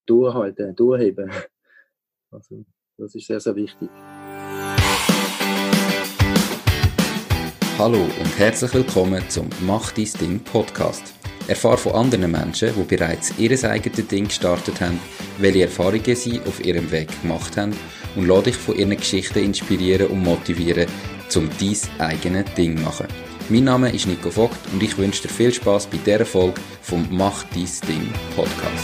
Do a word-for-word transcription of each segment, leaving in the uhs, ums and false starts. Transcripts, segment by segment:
durchhalten, durchheben. Also, das ist sehr, sehr wichtig. Hallo und herzlich willkommen zum Mach dein Ding Podcast. Erfahre von anderen Menschen, die bereits ihr eigenes Ding gestartet haben, welche Erfahrungen sie auf ihrem Weg gemacht haben und lass dich von ihren Geschichten inspirieren und motivieren, um dein eigenes Ding zu machen. Mein Name ist Nico Vogt und ich wünsche dir viel Spass bei dieser Folge vom Mach dein Ding Podcast.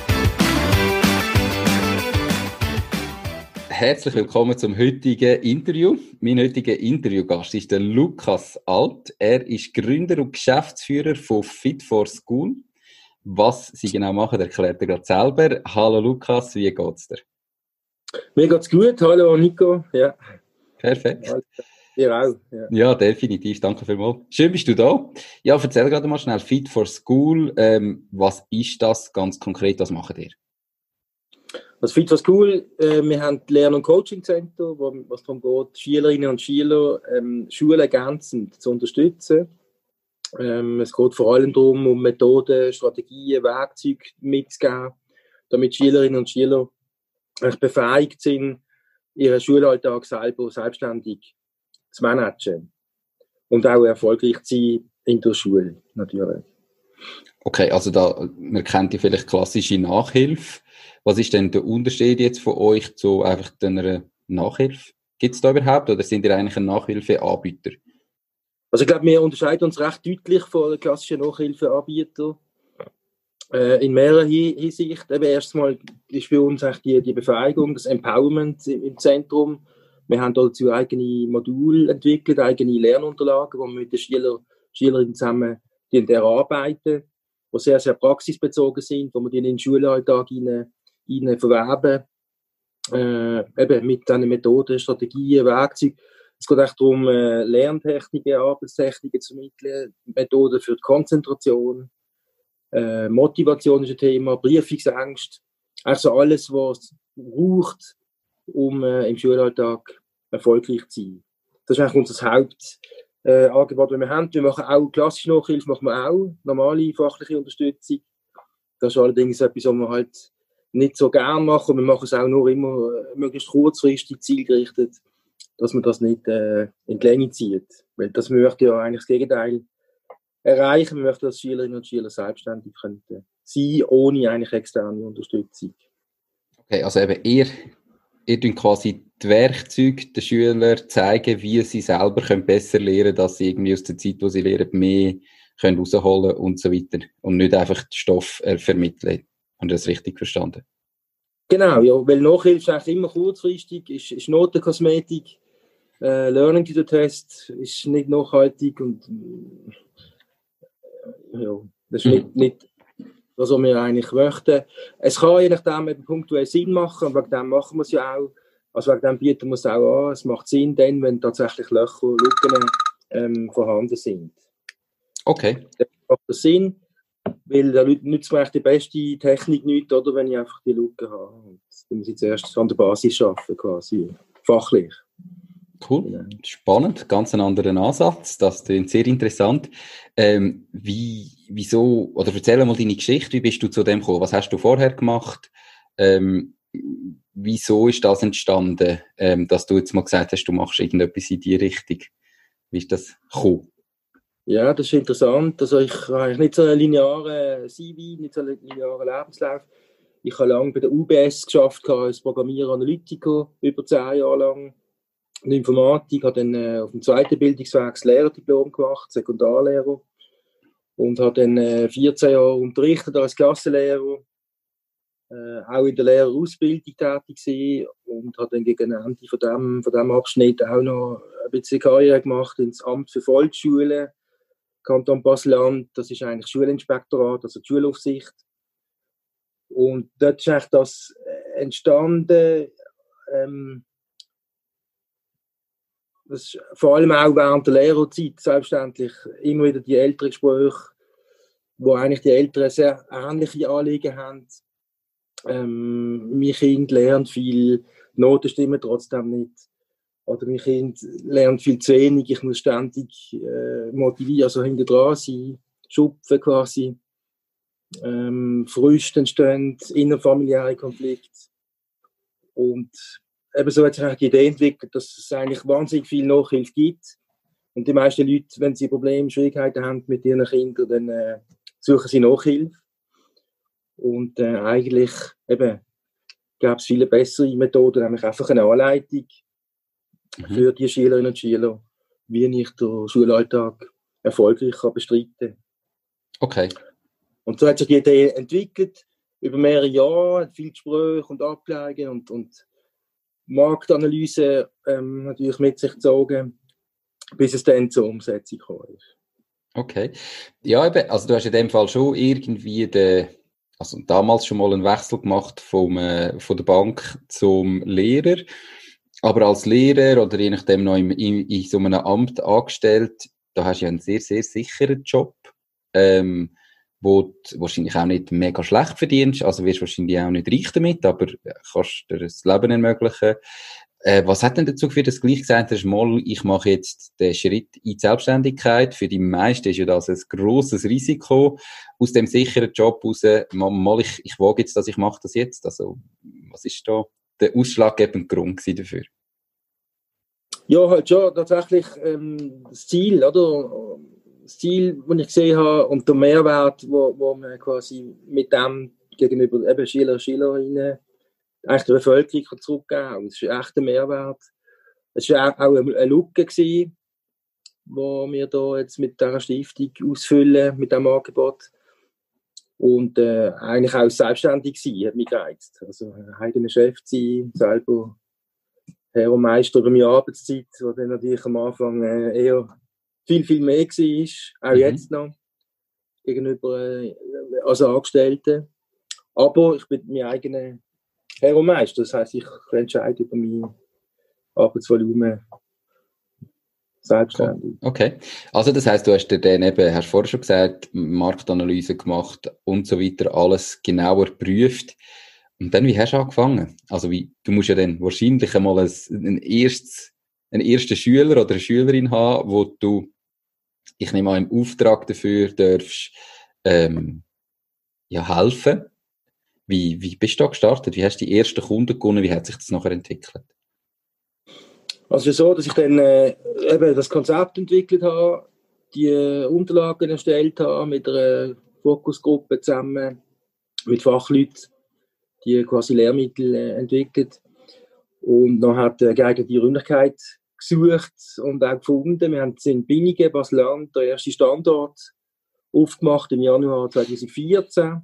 Herzlich willkommen zum heutigen Interview. Mein heutiger Interviewgast ist der Lukas Alt. Er ist Gründer und Geschäftsführer von Fit for School. Was sie genau machen, erklärt er gerade selber. Hallo Lukas, wie geht's dir? Mir geht's gut. Hallo Nico. Ja. Perfekt. Hallo. Dir auch. Ja. ja, definitiv. Danke vielmals. Schön bist du da. Ja, erzähl gerade mal schnell Fit for School. Ähm, was ist das ganz konkret? Was macht ihr? Also Fit for School, äh, wir haben Lern- und Coaching-Center, wo es darum geht, Schülerinnen und Schüler ähm, schulergänzend zu unterstützen. Ähm, es geht vor allem darum, um Methoden, Strategien, Werkzeuge mitzugeben, damit Schülerinnen und Schüler befähigt sind, ihren Schulalltag selber selbstständig zu managen und auch erfolgreich zu sein in der Schule, natürlich. Okay, also da, man kennt ja vielleicht klassische Nachhilfe. Was ist denn der Unterschied jetzt von euch zu einfach einer Nachhilfe? Gibt es da überhaupt oder sind ihr eigentlich ein Nachhilfeanbieter? Also ich glaube, wir unterscheiden uns recht deutlich von den klassischen Nachhilfeanbietern äh, in mehreren Hinsichten. Eben erstmal ist für uns eigentlich die, die Befähigung, das Empowerment im, im Zentrum. Wir haben dazu eigene Module entwickelt, eigene Lernunterlagen, die wir mit den Schülern, Schülerinnen zusammen erarbeiten, die sehr, sehr praxisbezogen sind, wo wir die in den Schulalltag hinein, hinein verwerben, äh, eben mit diesen Methoden, Strategien, Werkzeugen. Es geht auch darum, äh, Lerntechniken, Arbeitstechniken zu vermitteln, Methoden für die Konzentration, äh, Motivation ist ein Thema, Prüfungsängste, also alles, was es braucht, um äh, im Schulalltag erfolgreich zu sein. Das ist eigentlich unser Haupt Äh, Angebot, das wir haben. Wir machen auch klassische Nachhilfe, machen wir auch, normale fachliche Unterstützung. Das ist allerdings etwas, was wir halt nicht so gerne machen. Wir machen es auch nur immer äh, möglichst kurzfristig, zielgerichtet, dass man das nicht äh, in die Länge zieht. Weil das möchte ja eigentlich das Gegenteil erreichen. Wir möchten, dass Schülerinnen und Schüler selbstständig könnten sein, ohne eigentlich externe Unterstützung. Okay, also eben ihr, ihr tut quasi die Werkzeuge den Schülern zeigen, wie sie selber können besser lernen können, dass sie irgendwie aus der Zeit, wo sie lernen, mehr können rausholen und so weiter. Und nicht einfach den Stoff äh, vermitteln. Haben Sie das richtig verstanden? Genau, ja, weil Nachhilfe ist eigentlich immer kurzfristig, ist, ist Notenkosmetik, äh, Learning to the Test ist nicht nachhaltig und äh, ja, das ist Mhm. nicht, nicht was wir eigentlich möchten. Es kann je nachdem eben punktuell Sinn machen und wegen dem machen wir es ja auch. Also wegen dem bieten wir es auch an. Es macht Sinn dann, wenn tatsächlich Löcher, Lücken ähm, vorhanden sind. Okay. Das macht das Sinn, weil da nützt mir die beste Technik nicht, oder, wenn ich einfach die Lücken habe. Und dann muss ich zuerst an der Basis arbeiten, quasi, fachlich. Cool, Ja. Spannend, ganz einen anderen Ansatz, das klingt sehr interessant. Ähm, wie, wieso, oder erzähl mal deine Geschichte, wie bist du zu dem gekommen, was hast du vorher gemacht, ähm, wieso ist das entstanden, ähm, dass du jetzt mal gesagt hast, du machst irgendetwas in die Richtung, wie ist das gekommen? Ja, das ist interessant, also ich habe nicht so einen linearen C V, nicht so einen linearen Lebenslauf. Ich habe lange bei der U B S geschafft, als Programmierer-Analytiker, über zehn Jahre lang. In Informatik, habe dann äh, auf dem zweiten Bildungsweg das Lehrerdiplom gemacht, Sekundarlehrer. Und habe dann äh, vierzehn Jahre unterrichtet als Klassenlehrer, äh, auch in der Lehrerausbildung tätig gewesen und habe dann gegen Ende von dem, von dem Abschnitt auch noch ein bisschen Karriere gemacht ins Amt für Volksschulen, Kanton Basel-Land. Das ist eigentlich Schulinspektorat, also die Schulaufsicht. Und dort ist eigentlich das entstanden, ähm, das ist vor allem auch während der Lehrerzeit selbstverständlich immer wieder die älteren Gespräche, wo eigentlich die Eltern sehr ähnliche Anliegen haben. Ähm, mein Kind lernt viel, die Noten stimmen trotzdem nicht. Oder mein Kind lernt viel zu wenig, ich muss ständig äh, motivieren, also hinter dran sein, schupfen quasi. ähm, Frust entstehen, innerfamiliäre Konflikte. Und eben so hat sich die Idee entwickelt, dass es eigentlich wahnsinnig viel Nachhilfe gibt. Und die meisten Leute, wenn sie Probleme, Schwierigkeiten haben mit ihren Kindern, dann äh, suchen sie Nachhilfe. Und äh, eigentlich eben gäbe es viele bessere Methoden, nämlich einfach eine Anleitung mhm. für die Schülerinnen und Schüler, wie ich den Schulalltag erfolgreich kann bestreiten kann. Okay. Und so hat sich die Idee entwickelt, über mehrere Jahre, viel Gespräche und Abklärungen und, und Marktanalyse ähm, natürlich mit sich gezogen, bis es dann zur Umsetzung gekommen ist. Okay. Ja, eben, also du hast in dem Fall schon irgendwie den, also damals schon mal einen Wechsel gemacht vom, äh, von der Bank zum Lehrer. Aber als Lehrer oder je nachdem noch in, in, in so einem Amt angestellt, da hast du ja einen sehr, sehr sicheren Job, ähm, wo du wahrscheinlich auch nicht mega schlecht verdienst, also wirst du wahrscheinlich auch nicht reich damit, aber kannst dir das Leben ermöglichen. Äh, was hat denn dazu geführt, dass du gleich gesagt hast, mal, ich mache jetzt den Schritt in die Selbstständigkeit? Für die meisten ist ja das ein grosses Risiko, aus dem sicheren Job raus, mal, mal ich, ich wage jetzt, dass ich mache das jetzt. Also, was ist da der ausschlaggebende Grund dafür? Ja, halt schon tatsächlich ähm, das Ziel, oder? Das Ziel, das ich gesehen habe und der Mehrwert, wo, wo man quasi mit dem gegenüber eben Schüler und Schülerinnen eigentlich der Bevölkerung zurückgeben kann. Das ist ein echter Mehrwert. Es war auch, auch eine Lücke gewesen, die wir da jetzt mit dieser Stiftung ausfüllen, mit diesem Angebot. Und äh, eigentlich auch selbstständig sein, hat mich gereizt. Also ein eigener Chef zu sein, selber Herr und Meister über meine Arbeitszeit, was dann natürlich am Anfang äh, eher viel, viel mehr war, auch mhm. jetzt noch, gegenüber äh, als Angestellten. Aber ich bin mein eigener Herr und Meister, das heisst, ich entscheide über mein Arbeitsvolumen selbstständig. Okay, also das heisst, du hast dir dann eben, hast vorher schon gesagt, Marktanalyse gemacht und so weiter, alles genauer geprüft. Und dann, wie hast du angefangen? Also wie, du musst ja dann wahrscheinlich einmal ein, ein erstes, einen ersten Schüler oder eine Schülerin haben, wo du, ich nehme an, im Auftrag dafür darfst, ähm, ja, helfen. Wie, wie bist du da gestartet? Wie hast du die ersten Kunden gewonnen? Wie hat sich das nachher entwickelt? Also es ist so, dass ich dann äh, eben das Konzept entwickelt habe, die äh, Unterlagen erstellt habe mit einer Fokusgruppe zusammen, mit Fachleuten, die quasi Lehrmittel äh, entwickelt. Und dann hat äh, geeignete Räumlichkeit gesucht und auch gefunden. Wir haben in Binningen, Basel-Land, den ersten Standort aufgemacht im Januar zwanzig vierzehn.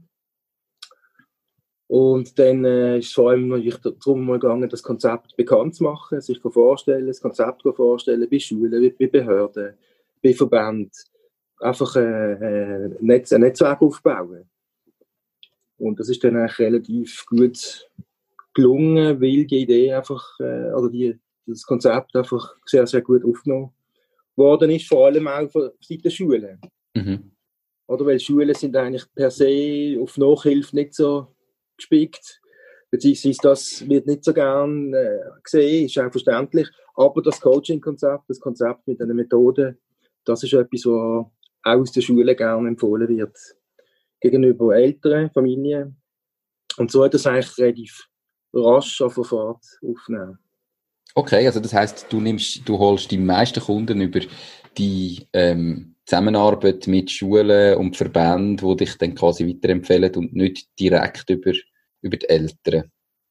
Und dann äh, ist es vor allem natürlich darum gegangen, das Konzept bekannt zu machen, sich vorstellen, das Konzept vorstellen, bei Schulen, bei Behörden, bei Verbänden. Einfach äh, äh, ein, Netz, ein Netzwerk aufbauen. Und das ist dann eigentlich relativ gut gelungen, weil die Idee einfach, äh, oder die, das Konzept einfach sehr, sehr gut aufgenommen worden ist, vor allem auch von Seiten der Schulen. Mhm. Oder weil Schulen sind eigentlich per se auf Nachhilfe nicht so gespickt, beziehungsweise das wird nicht so gern äh, gesehen, ist auch verständlich, aber das Coaching-Konzept, das Konzept mit einer Methode, das ist etwas, was auch aus der Schule gerne empfohlen wird, gegenüber Eltern, Familien, und so hat das eigentlich relativ rasch auf der Fahrt aufnehmen. Okay, also das heisst, du nimmst, du holst die meisten Kunden über die ähm, Zusammenarbeit mit Schulen und Verbänden, die dich dann quasi weiterempfehlen und nicht direkt über, über die Eltern.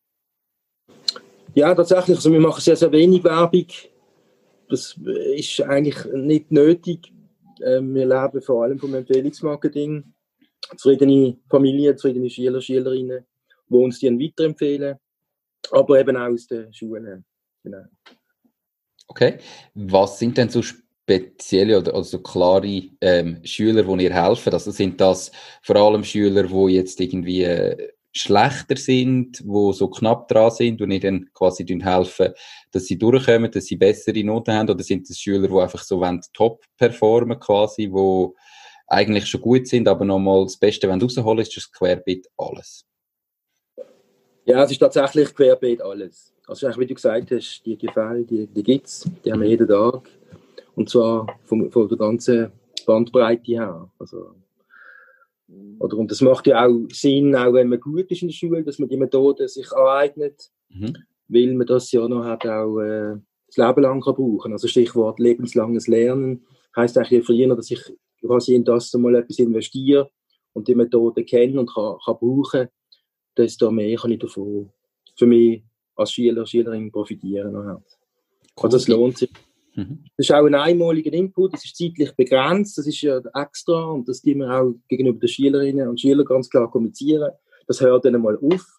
Ja, tatsächlich. Also wir machen sehr, sehr wenig Werbung. Das ist eigentlich nicht nötig. Wir leben vor allem vom Empfehlungsmarketing. Zufriedene Familien, zufriedene Schüler, Schülerinnen, die uns die weiterempfehlen. Aber eben auch aus den Schulen. Genau. Okay. Was sind denn so spezielle oder also klare ähm, Schüler, die ihr helfen? Also sind das vor allem Schüler, die jetzt irgendwie äh, schlechter sind, die so knapp dran sind und ihr dann quasi helfen, dass sie durchkommen, dass sie bessere Noten haben? Oder sind das Schüler, die einfach so wollen, top performen quasi, die eigentlich schon gut sind, aber nochmal das Beste rausholen, ist das querbeet alles? Ja, es ist tatsächlich querbeet alles. Also wie du gesagt hast, die, die Fälle, die, die gibt es, die haben wir jeden Tag. Und zwar von, von der ganzen Bandbreite her. Also Oder, und das macht ja auch Sinn, auch wenn man gut ist in der Schule, dass man die Methoden sich aneignet, mhm. weil man das ja noch hat auch äh, das Leben lang kann brauchen. Also Stichwort lebenslanges Lernen heisst eigentlich für jeden, dass ich quasi in das mal etwas investiere und die Methoden kenne und kann, kann brauchen, desto mehr kann ich davon für mich als Schüler, Schülerin profitieren. Cool. Also das lohnt sich. Mhm. Das ist auch ein einmaliger Input, das ist zeitlich begrenzt, das ist ja extra und das tun wir auch gegenüber den Schülerinnen und Schülern ganz klar kommunizieren. Das hört dann mal auf,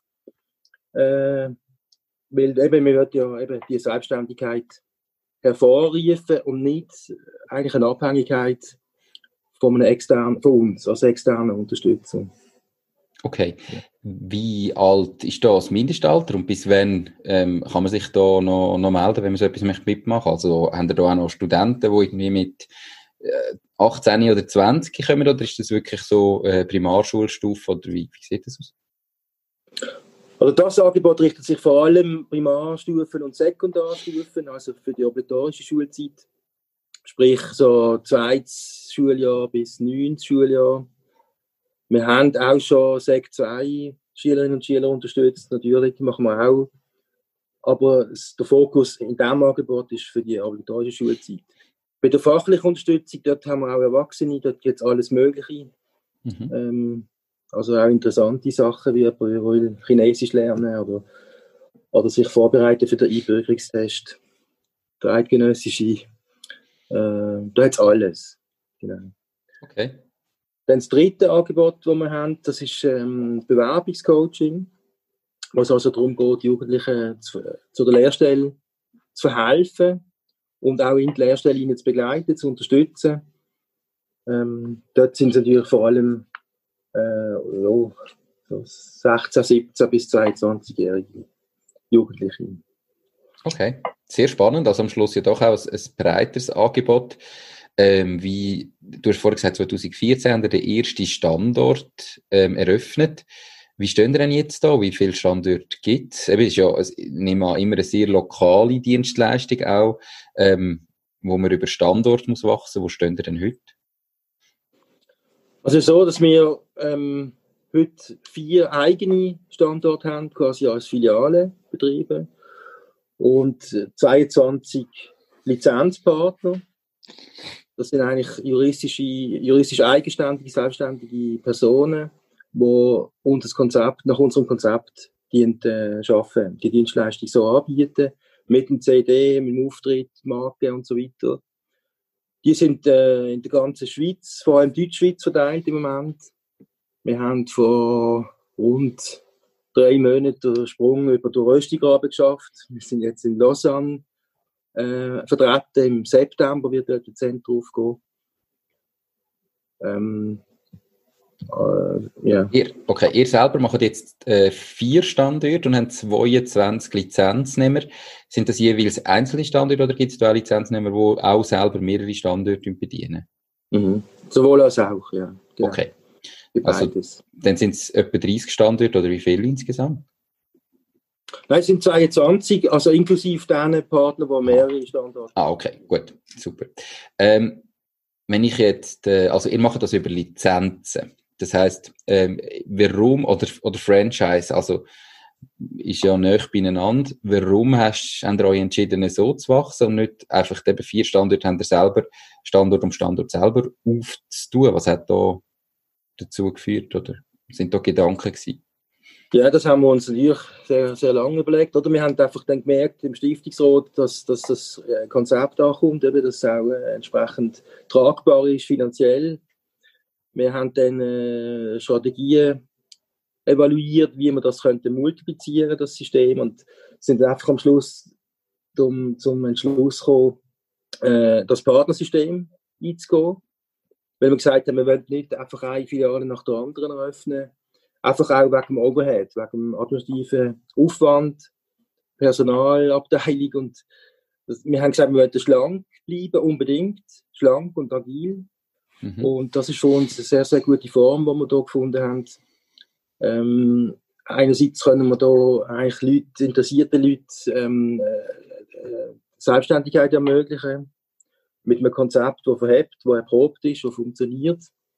äh, weil eben, wir wollen ja eben die Selbstständigkeit hervorrufen und nicht eigentlich eine Abhängigkeit von einer externen, von uns, als externer Unterstützung. Okay. Wie alt ist da das Mindestalter und bis wann ähm, kann man sich da noch, noch melden, wenn man so etwas mitmachen möchte? Also haben da auch noch Studenten, die irgendwie mit äh, achtzehn oder zwanzig kommen, oder ist das wirklich so äh, Primarschulstufe oder wie, wie sieht das aus? Also das Angebot richtet sich vor allem Primarstufen und Sekundarstufen, also für die obligatorische Schulzeit, sprich so zweites Schuljahr bis neuntes Schuljahr. Wir haben auch schon Sek zwei Schülerinnen und Schüler unterstützt, natürlich, die machen wir auch. Aber der Fokus in diesem Angebot ist für die obligatorische Schulzeit. Bei der fachlichen Unterstützung, dort haben wir auch Erwachsene, dort gibt es alles Mögliche. Mhm. Ähm, also auch interessante Sachen, wie jemand Chinesisch lernen oder, oder sich vorbereiten für den Einbürgerungstest. Der eidgenössische, äh, da hat es alles. Genau. Okay. Dann das dritte Angebot, das wir haben, das ist ähm, Bewerbungscoaching, wo es also darum geht, Jugendlichen zu, zu der Lehrstelle zu verhelfen und auch in die Lehrstelle zu begleiten, zu unterstützen. Ähm, dort sind es natürlich vor allem äh, ja, so sechzehn, siebzehn bis zweiundzwanzigjährige Jugendliche. Okay, sehr spannend. Also am Schluss ja doch auch ein, ein breiteres Angebot. Ähm, wie, du hast vorhin gesagt, zwanzig vierzehn haben wir den ersten Standort ähm, eröffnet. Wie stehen wir denn jetzt da? Wie viele Standorte gibt es? Es ist ja, ich nehme an, immer eine sehr lokale Dienstleistung auch, ähm, wo man über Standort muss wachsen. Wo stehen wir denn heute? Also so, dass wir ähm, heute vier eigene Standorte haben, quasi als Filiale betrieben und zweiundzwanzig Lizenzpartner. Das sind eigentlich juristische, juristisch eigenständige, selbstständige Personen, die unser Konzept, nach unserem Konzept dient, äh, arbeiten, die Dienstleistung so anbieten, mit dem C D, mit dem Auftritt, Marke und so weiter. Die sind äh, in der ganzen Schweiz, vor allem Deutschschweiz verteilt im Moment. Wir haben vor rund drei Monaten den Sprung über den Röstigraben geschafft. Wir sind jetzt in Lausanne Äh, vertreten. Im September wird dort ein Zentrum aufgehen. Ähm, äh, yeah. ihr, okay, ihr selber macht jetzt äh, vier Standorte und habt zweiundzwanzig Lizenznehmer. Sind das jeweils einzelne Standorte oder gibt es da auch Lizenznehmer, die auch selber mehrere Standorte bedienen? Mhm. Sowohl als auch, ja. Genau. Okay. Also, dann sind es etwa dreißig Standorte oder wie viele insgesamt? Nein, es sind zweiundzwanzig, also inklusive diesen Partnern, die mehrere Standorte haben. Ah, okay, gut, super. Ähm, wenn ich jetzt, äh, also ihr macht das über Lizenzen, das heisst, ähm, warum, oder, oder Franchise, also ist ja nahe beieinander, warum hast, habt ihr euch entschieden, so zu wachsen und nicht einfach eben vier Standorte, habt ihr selber, Standort um Standort selber aufzutun? Was hat da dazu geführt, oder sind da Gedanken gewesen? Ja, das haben wir uns natürlich sehr, sehr lange überlegt. Oder wir haben einfach dann gemerkt im Stiftungsrat, dass, dass das Konzept ankommt, eben, dass es auch äh, entsprechend tragbar ist finanziell. Wir haben dann äh, Strategien evaluiert, wie wir das könnte multiplizieren, das System, und sind einfach am Schluss zum, zum Entschluss gekommen, äh, das Partnersystem einzugehen. Weil wir gesagt haben, wir wollen nicht einfach eine Filiale nach der anderen eröffnen. Einfach auch wegen dem Overhead, wegen dem administrativen Aufwand, Personalabteilung. Und das, wir haben gesagt, wir wollen schlank bleiben, unbedingt. Schlank und agil. Mhm. Und das ist für uns eine sehr, sehr gute Form, die wir hier gefunden haben. Ähm, einerseits können wir hier eigentlich Leute, interessierte Leute ähm, äh, Selbstständigkeit ermöglichen. Mit einem Konzept, das verhebt, das erprobt ist, das funktioniert.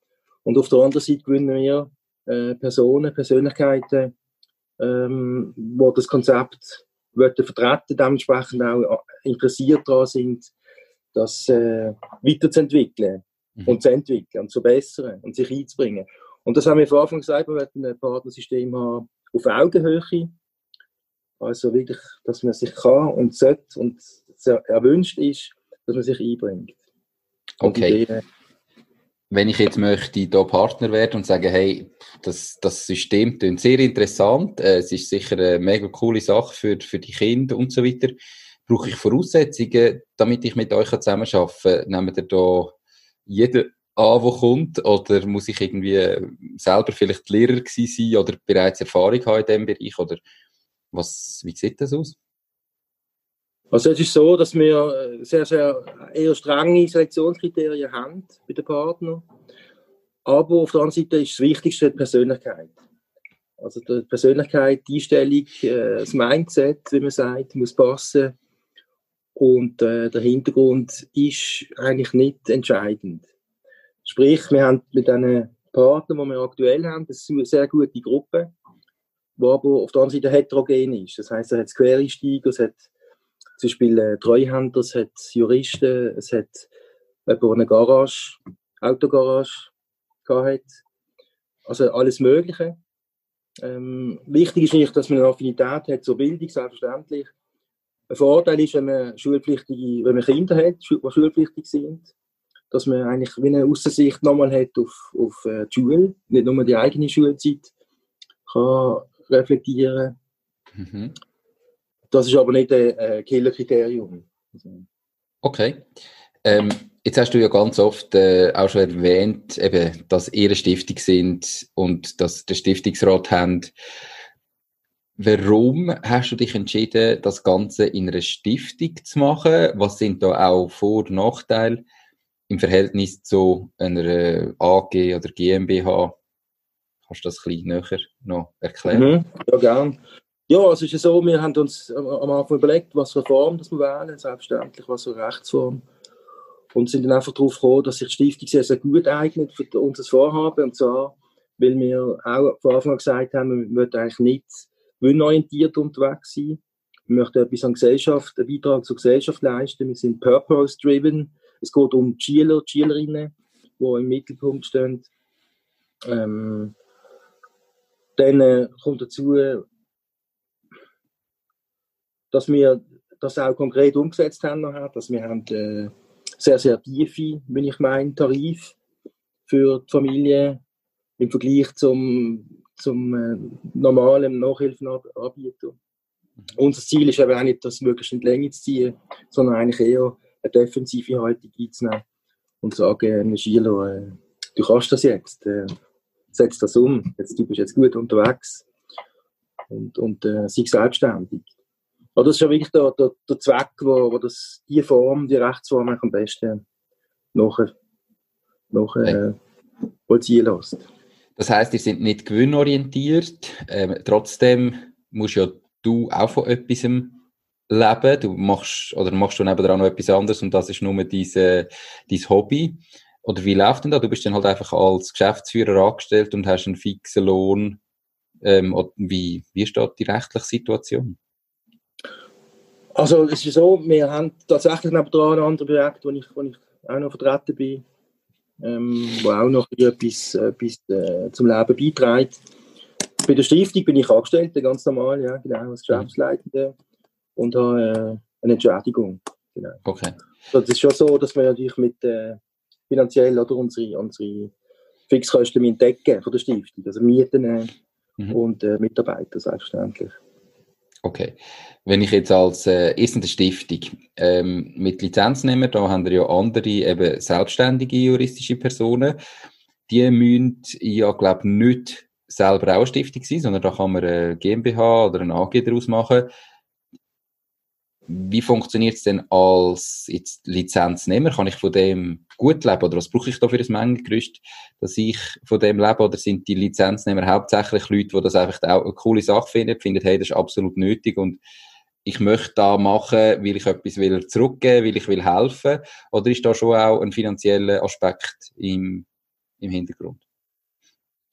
Und auf der anderen Seite gewinnen wir äh, Personen, Persönlichkeiten, ähm, die das Konzept wollen vertreten, dementsprechend auch interessiert daran sind, das äh, weiterzuentwickeln mhm. und zu entwickeln und zu verbessern und sich einzubringen. Und das haben wir von Anfang gesagt, wir wollen ein Partnersystem haben auf Augenhöhe. Also wirklich, dass man sich kann und sollte und erwünscht ist, dass man sich einbringt. Okay. Die, wenn ich jetzt möchte hier Partner werden und sagen, hey, das, das System klingt sehr interessant, äh, es ist sicher eine mega coole Sache für, für die Kinder und so weiter, brauche ich Voraussetzungen, damit ich mit euch zusammenarbeiten kann? Nehmt ihr da jeden an, der kommt, oder muss ich irgendwie selber vielleicht Lehrer gewesen sein oder bereits Erfahrung haben in diesem Bereich, oder was, wie sieht das aus? Also es ist so, dass wir sehr, sehr eher strenge Selektionskriterien haben bei den Partnern. Aber auf der anderen Seite ist das Wichtigste die Persönlichkeit. Also die Persönlichkeit, die Einstellung, das Mindset, wie man sagt, muss passen. Und äh, der Hintergrund ist eigentlich nicht entscheidend. Sprich, wir haben mit diesen Partnern, die wir aktuell haben, das ist eine sehr gute Gruppe, die aber auf der anderen Seite heterogen ist. Das heisst, es hat Quereinsteiger, es hat zum Beispiel äh, Treuhänder, es hat Juristen, es hat jemand, der eine Garage, Autogarage gehabt. Also alles Mögliche. Ähm, wichtig ist nicht, dass man eine Affinität hat zur Bildung, selbstverständlich. Ein Vorteil ist, wenn man schulpflichtige, wenn man Kinder hat, die schulpflichtig sind, dass man eigentlich wie eine Aussicht nochmal hat auf, auf äh, die Schule, nicht nur die eigene Schulzeit kann reflektieren. Mhm. Das ist aber nicht ein äh, Killerkriterium. Okay. Ähm, jetzt hast du ja ganz oft äh, auch schon erwähnt, eben, dass ihr eine Stiftung sind und dass der Stiftungsrat habt. Warum hast du dich entschieden, das Ganze in einer Stiftung zu machen? Was sind da auch Vor- und Nachteile im Verhältnis zu einer A G oder GmbH? Kannst du das ein bisschen näher noch erklären? Mhm, ja, gerne. Ja, also es ist so, wir haben uns am Anfang überlegt, was für eine Form das wir wählen, selbstverständlich, was für eine Rechtsform. Und sind dann einfach darauf gekommen, dass sich die Stiftung sehr, sehr gut eignet für unser Vorhaben. Und zwar, weil wir auch von Anfang an gesagt haben, wir möchten eigentlich nicht gewinnorientiert unterwegs sein. Wir möchten etwas an Gesellschaft, einen Beitrag zur Gesellschaft leisten. Wir sind purpose-driven. Es geht um die Schüler, die Schülerinnen, die im Mittelpunkt stehen. Ähm, dann äh, kommt dazu, dass wir das auch konkret umgesetzt haben nachher, dass wir haben äh, sehr, sehr tiefe, wenn ich meine, Tarif für die Familie im Vergleich zum, zum äh, normalen Nachhilfenanbieter. Mhm. Unser Ziel ist eben auch nicht, das möglichst in die Länge zu ziehen, sondern eigentlich eher eine defensive Haltung einzunehmen und zu sagen, einem Schüler, äh, du kannst das jetzt, äh, setz das um, jetzt, du bist jetzt gut unterwegs und, und äh, sei selbstständig. Aber das ist ja wirklich der, der, der Zweck, wo, wo das, die Form, die Rechtsform am besten nachher, nachher äh, vollziehen lässt. Das heisst, ihr seid nicht gewinnorientiert, ähm, trotzdem musst ja du auch von etwas leben. Du machst, oder machst du nebenan noch etwas anderes und das ist nur diese, dein Hobby. Oder wie läuft denn da? Du bist dann halt einfach als Geschäftsführer angestellt und hast einen fixen Lohn. Ähm, oder wie, wie steht die rechtliche Situation? Also es ist so, wir haben tatsächlich nebenan ein anderes Projekt, wo ich, wo ich auch noch vertreten bin, ähm, wo auch noch etwas, etwas äh, zum Leben beiträgt. Bei der Stiftung bin ich Angestellter, ganz normal, ja, genau, als Geschäftsleitender und habe äh, eine Entschädigung. Genau. Okay. Also, das ist schon so, dass wir natürlich mit äh, finanziell oder unsere, unsere Fixkosten decken von der Stiftung, also Mieten äh, mhm. und äh, Mitarbeiter selbstverständlich. Okay. Wenn ich jetzt als äh, ist eine Stiftung ähm, mit Lizenznehmer, da haben wir ja andere eben selbstständige juristische Personen, die müssen ja, glaube ich, nicht selber auch eine Stiftung sein, sondern da kann man eine GmbH oder eine A G daraus machen. Wie funktioniert es denn als jetzt Lizenznehmer? Kann ich von dem gut leben? Oder was brauche ich da für ein Mengengerüst, dass ich von dem lebe? Oder sind die Lizenznehmer hauptsächlich Leute, die das einfach auch eine coole Sache finden, finden, hey, das ist absolut nötig und ich möchte da machen, weil ich etwas will zurückgeben, weil ich will helfen? Oder ist da schon auch ein finanzieller Aspekt im, im Hintergrund?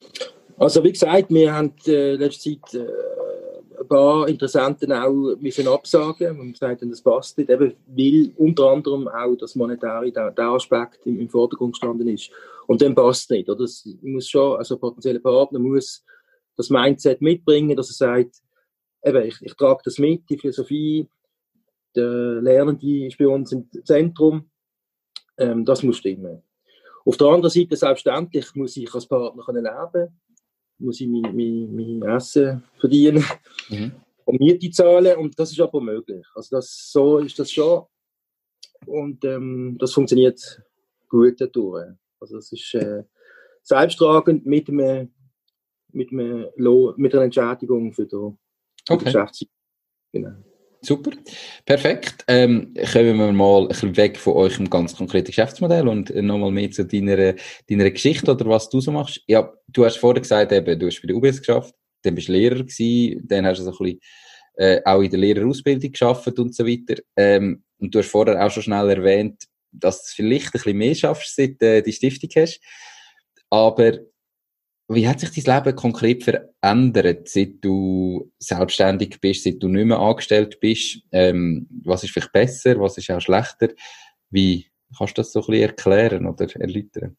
Also wie gesagt, wir haben äh, letzte Zeit äh, ein paar Interessenten auch müssen absagen, und gesagt haben, das passt nicht, eben, weil unter anderem auch das Monetäre, der, der Aspekt im, im Vordergrund gestanden ist. Und dann passt es nicht. Oder? Das muss schon, also potenzieller Partner muss das Mindset mitbringen, dass er sagt, eben, ich, ich trage das mit, die Philosophie, der Lernende ist bei uns im Zentrum, ähm, das muss stimmen. Auf der anderen Seite, selbstverständlich, muss ich als Partner können leben, muss ich mein, mein, mein Essen verdienen mhm. und Miete zahlen, und das ist aber möglich. Also das, so ist das schon, und ähm, das funktioniert gut dadurch. Also das ist äh, selbsttragend mit einem mit, einem Lohn, mit einer Entschädigung für die, für okay. die Geschäftszeit. Genau. Super, perfekt. Ähm, kommen wir mal ein bisschen weg von eurem ganz konkreten Geschäftsmodell und nochmal mehr zu deiner, deiner Geschichte oder was du so machst. Ja, du hast vorher gesagt, eben, du hast bei der U B S geschafft, dann bist du Lehrer gewesen, dann hast du so ein bisschen äh, auch in der Lehrerausbildung gearbeitet und so weiter. Ähm, und du hast vorher auch schon schnell erwähnt, dass du vielleicht ein bisschen mehr schaffst, seit du äh, die Stiftung hast. Aber wie hat sich dein Leben konkret verändert, seit du selbstständig bist, seit du nicht mehr angestellt bist? Ähm, was ist vielleicht besser, was ist auch schlechter? Wie kannst du das so ein bisschen erklären oder erläutern?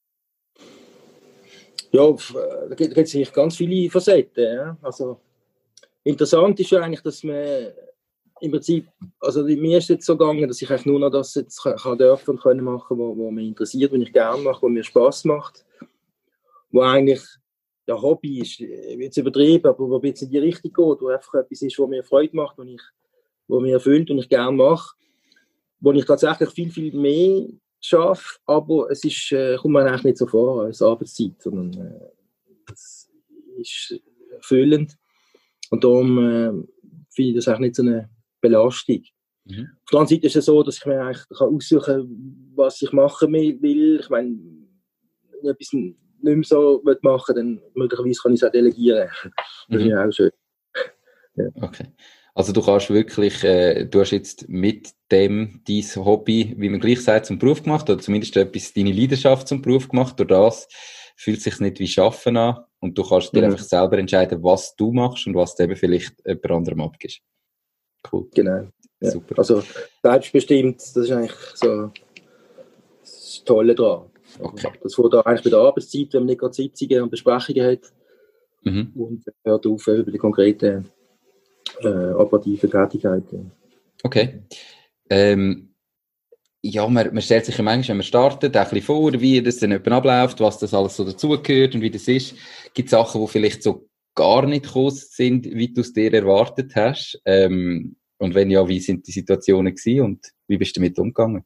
Ja, da gibt es eigentlich ganz viele Facetten. Ja. Also, interessant ist ja eigentlich, dass man im Prinzip, also mir ist es jetzt so gegangen, dass ich eigentlich nur noch das jetzt kann dürfen und können machen, was, was mich interessiert, was ich gerne mache, was mir Spass macht. Wo eigentlich der Hobby ist, jetzt übertrieben, aber wo jetzt in die Richtung geht, wo einfach etwas ist, was mir Freude macht, was, ich, was mir erfüllt und ich gerne mache, wo ich tatsächlich viel, viel mehr schaffe, aber es ist, äh, kommt mir eigentlich nicht so vor als Arbeitszeit, sondern äh, es ist erfüllend, und darum äh, finde ich das eigentlich nicht so eine Belastung. Mhm. Auf der anderen Seite ist es so, dass ich mir eigentlich kann aussuchen kann, was ich machen will. Ich meine, etwas nicht mehr so machen, dann möglicherweise kann ich es auch delegieren. Das mhm. ist auch schön. Ja. Okay. Also du kannst wirklich, äh, du hast jetzt mit dem dein Hobby, wie man gleich sagt, zum Beruf gemacht, oder zumindest etwas deine Leidenschaft zum Beruf gemacht. Durch das fühlt es sich nicht wie Schaffen an, und du kannst dir mhm. einfach selber entscheiden, was du machst und was du eben vielleicht jemand anderem abgibst. Cool. Genau. Ja. Super. Also selbstbestimmt, das ist eigentlich so das Tolle daran. Okay. Das fängt da eigentlich bei der Arbeitszeit, wenn man nicht gerade Sitzungen und Besprechungen hat. Mhm. Und hört auf bei den konkreten äh, operativen Tätigkeiten. Okay. Ähm, ja, man, man stellt sich ja manchmal, wenn man startet, auch ein bisschen vor, wie das dann jemand abläuft, was das alles so dazugehört und wie das ist. Gibt es Sachen, die vielleicht so gar nicht gekommen sind, wie du es dir erwartet hast? Ähm, und wenn ja, wie sind die Situationen gewesen und wie bist du damit umgegangen?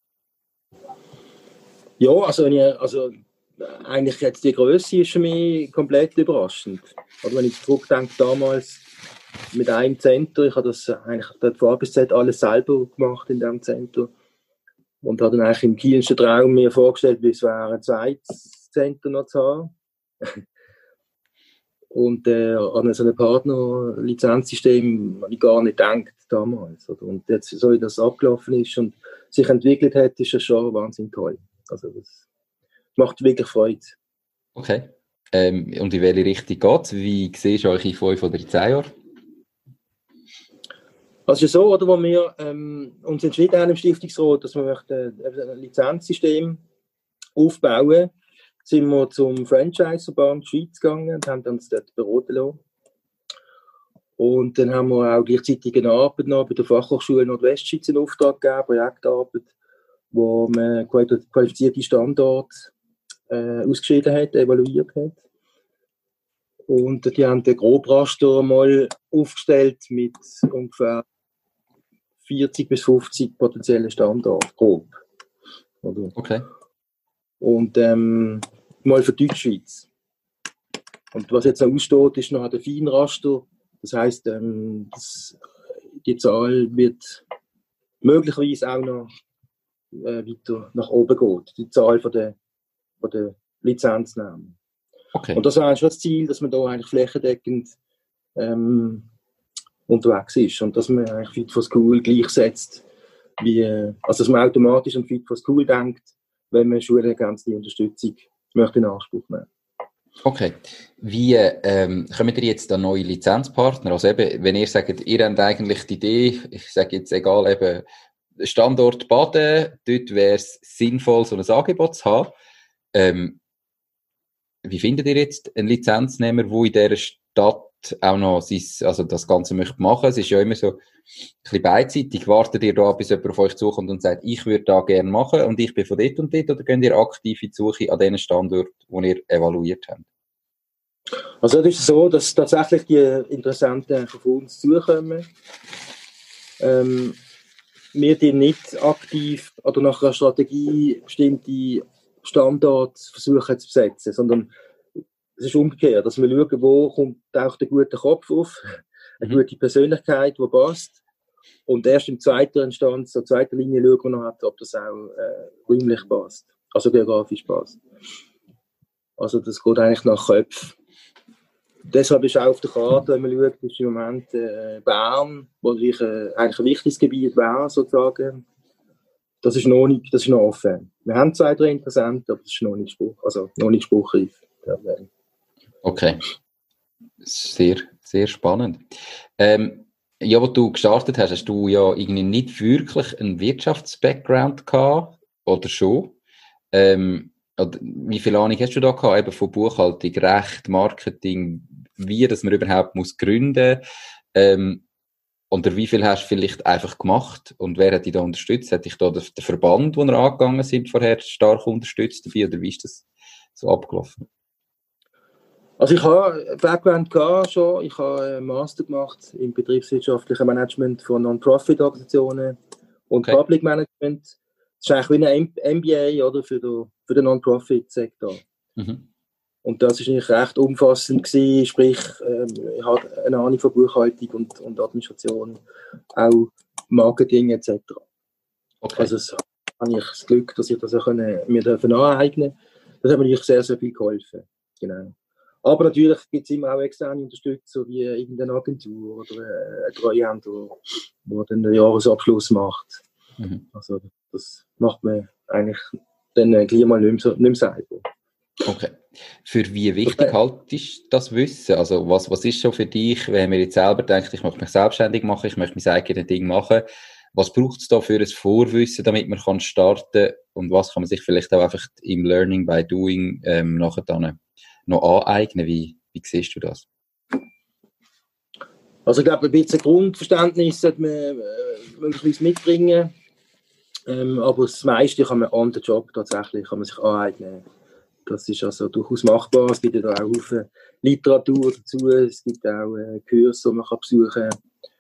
Ja, also, wenn ich, also eigentlich jetzt die Grösse ist für mich komplett überraschend. Also wenn ich zurückdenke, damals mit einem Center, ich habe das eigentlich von A bis Z alles selber gemacht in diesem Center und habe dann eigentlich im kühnsten Traum mir vorgestellt, wie es wäre, ein zweites Center noch zu haben. Und äh, an so ein Partner-Lizenzsystem habe ich gar nicht gedacht damals. Oder? Und jetzt, so wie das abgelaufen ist und sich entwickelt hat, ist das schon wahnsinnig toll. Also das macht wirklich Freude. Okay. Ähm, und in welche Richtung geht es? Wie siehst du euch in fünf oder zehn Jahren? Also es ist so, oder, wo wir ähm, uns entschieden haben im Stiftungsrat, dass wir möchten ein Lizenzsystem aufbauen, sind wir zum Franchise-Verband Schweiz gegangen und haben uns dort beraten lassen. Und dann haben wir auch gleichzeitig eine Arbeit noch bei der Fachhochschule Nordwestschweiz in Auftrag gegeben, Projektarbeit, wo man qualifizierte Standorte äh, ausgeschieden hat, evaluiert hat. Und die haben den Grobraster mal aufgestellt mit ungefähr vierzig bis fünfzig potenziellen Standorten, grob. Oder? Okay. Und ähm, mal für Deutschschweiz. Und was jetzt noch aussteht, ist noch der Feinraster. Das heisst, ähm, das, die Zahl wird möglicherweise auch noch äh, weiter nach oben gehen, die Zahl von der, von der Lizenznahmen. Okay. Und das war schon das Ziel, dass man da eigentlich flächendeckend ähm, unterwegs ist und dass man eigentlich Fit for School gleichsetzt, wie, also dass man automatisch an Fit for School denkt, wenn man Schulen ganz die Unterstützung möchte in Anspruch nehmen. Okay. Wie ähm, kommen ihr jetzt an neue Lizenzpartner? Also eben, wenn ihr sagt, ihr habt eigentlich die Idee, ich sage jetzt egal, eben Standort Baden, dort wäre es sinnvoll, so ein Angebot zu haben. Ähm, wie findet ihr jetzt einen Lizenznehmer, der in dieser Stadt auch noch sein, also das Ganze möchte machen? Es ist ja immer so ein bisschen beidseitig. Wartet ihr da, bis jemand auf euch zukommt und sagt, ich würde da gerne machen und ich bin von dort und dort, oder geht ihr aktiv in die Suche an den Standorten, die ihr evaluiert habt? Also es ist so, dass tatsächlich die Interessenten von uns zukommen. Ähm, wir die nicht aktiv oder nach einer Strategie bestimmte Standorte versuchen zu besetzen, sondern es ist umgekehrt, dass wir schauen, wo kommt auch der gute Kopf auf, eine mhm. gute Persönlichkeit, die passt. Und erst in zweiter Instanz, in zweiter Linie schauen wir noch, ob das auch äh, räumlich passt, also geografisch passt. Also das geht eigentlich nach Köpfen. Deshalb ist auch auf der Karte, wenn man schaut, ist im Moment äh, Bern, wo ich, äh, eigentlich ein wichtiges Gebiet wäre, sozusagen. Das ist noch nicht, das ist noch offen. Wir haben zwei, drei Interessenten, aber das ist noch nicht spruch, also noch nicht spruchreif. Okay. Sehr, sehr spannend. Ähm, ja, wo du gestartet hast, hast du ja irgendwie nicht wirklich einen Wirtschafts-Background gehabt, oder schon? Ähm, oder wie viel Ahnung hast du da gehabt, eben von Buchhaltung, Recht, Marketing, wie, dass man überhaupt muss gründen, ähm, oder wie viel hast du vielleicht einfach gemacht und wer hat dich da unterstützt? Hat dich da der, der Verband, wo wir angegangen sind, vorher stark unterstützt dabei, oder wie ist das so abgelaufen? Also ich habe einen Background gehabt schon. Ich habe einen Master gemacht im betriebswirtschaftlichen Management von Non-Profit-Organisationen und okay. Public Management. Das ist eigentlich wie ein M B A, oder, für den, für den Non-Profit-Sektor. Mhm. Und das war eigentlich recht umfassend gewesen, sprich, ähm, ich hatte eine Ahnung von Buchhaltung und, und Administration, auch Marketing et cetera. Okay. Also es habe ich das Glück, dass ich das auch können, mir aneignen durfte. Das hat mir natürlich sehr, sehr viel geholfen. Genau. Aber natürlich gibt es immer auch externe Unterstützer, wie irgendeine Agentur oder ein Treuhänder, der dann den Jahresabschluss macht. Mhm. Also das macht man eigentlich dann gleich mal nicht mehr, so, nicht mehr selber. Okay. Für wie wichtig okay. haltest du das Wissen? Also was, was ist so für dich, wenn man jetzt selber denkt, ich möchte mich selbstständig machen, ich möchte mein eigenes Ding machen, was braucht es da für ein Vorwissen, damit man kann starten, und was kann man sich vielleicht auch einfach im Learning by Doing ähm, nachher dann noch aneignen? Wie, wie siehst du das? Also ich glaube, ein bisschen Grundverständnis sollte man äh, möglichst mitbringen, ähm, aber das meiste kann man an den Job tatsächlich kann man sich aneignen. Das ist also durchaus machbar. Es gibt ja da auch viele Literatur dazu, es gibt auch äh, Kurse, die man kann besuchen kann.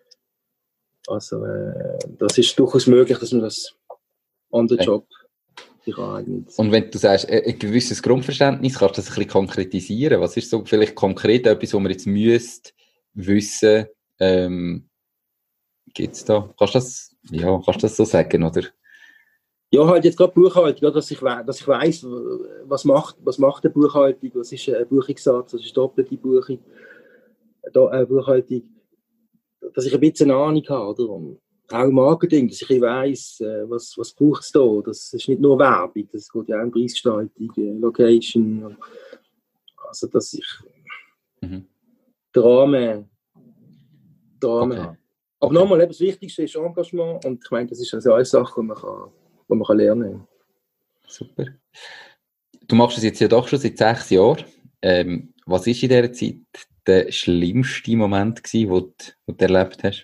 Also äh, das ist durchaus möglich, dass man das an den Job sich aneignet. Und wenn du sagst, ein gewisses Grundverständnis, kannst du das ein bisschen konkretisieren? Was ist so vielleicht konkret etwas, was man jetzt müsste wissen, ähm, gibt es da? Kannst du das, ja, kannst du das so sagen, oder? Ja, halt jetzt gerade Buchhaltung, dass ich, dass ich weiss, was macht, was macht eine Buchhaltung, was ist ein Buchungssatz, was ist doppelte Buchung, äh, Buchhaltung, dass ich ein bisschen Ahnung habe, oder? Und auch Marketing, dass ich weiss, was, was braucht es da, das ist nicht nur Werbung, das geht ja auch um Preisgestaltung, Location, also dass ich mhm. den Rahmen, den Rahmen okay. habe. Aber okay. nochmal, das Wichtigste ist Engagement, und ich meine, das ist also eine Sache, die man kann die man lernen kann. Super. Du machst es jetzt ja doch schon seit sechs Jahren. Ähm, was war in dieser Zeit der schlimmste Moment gewesen, den du, den du erlebt hast?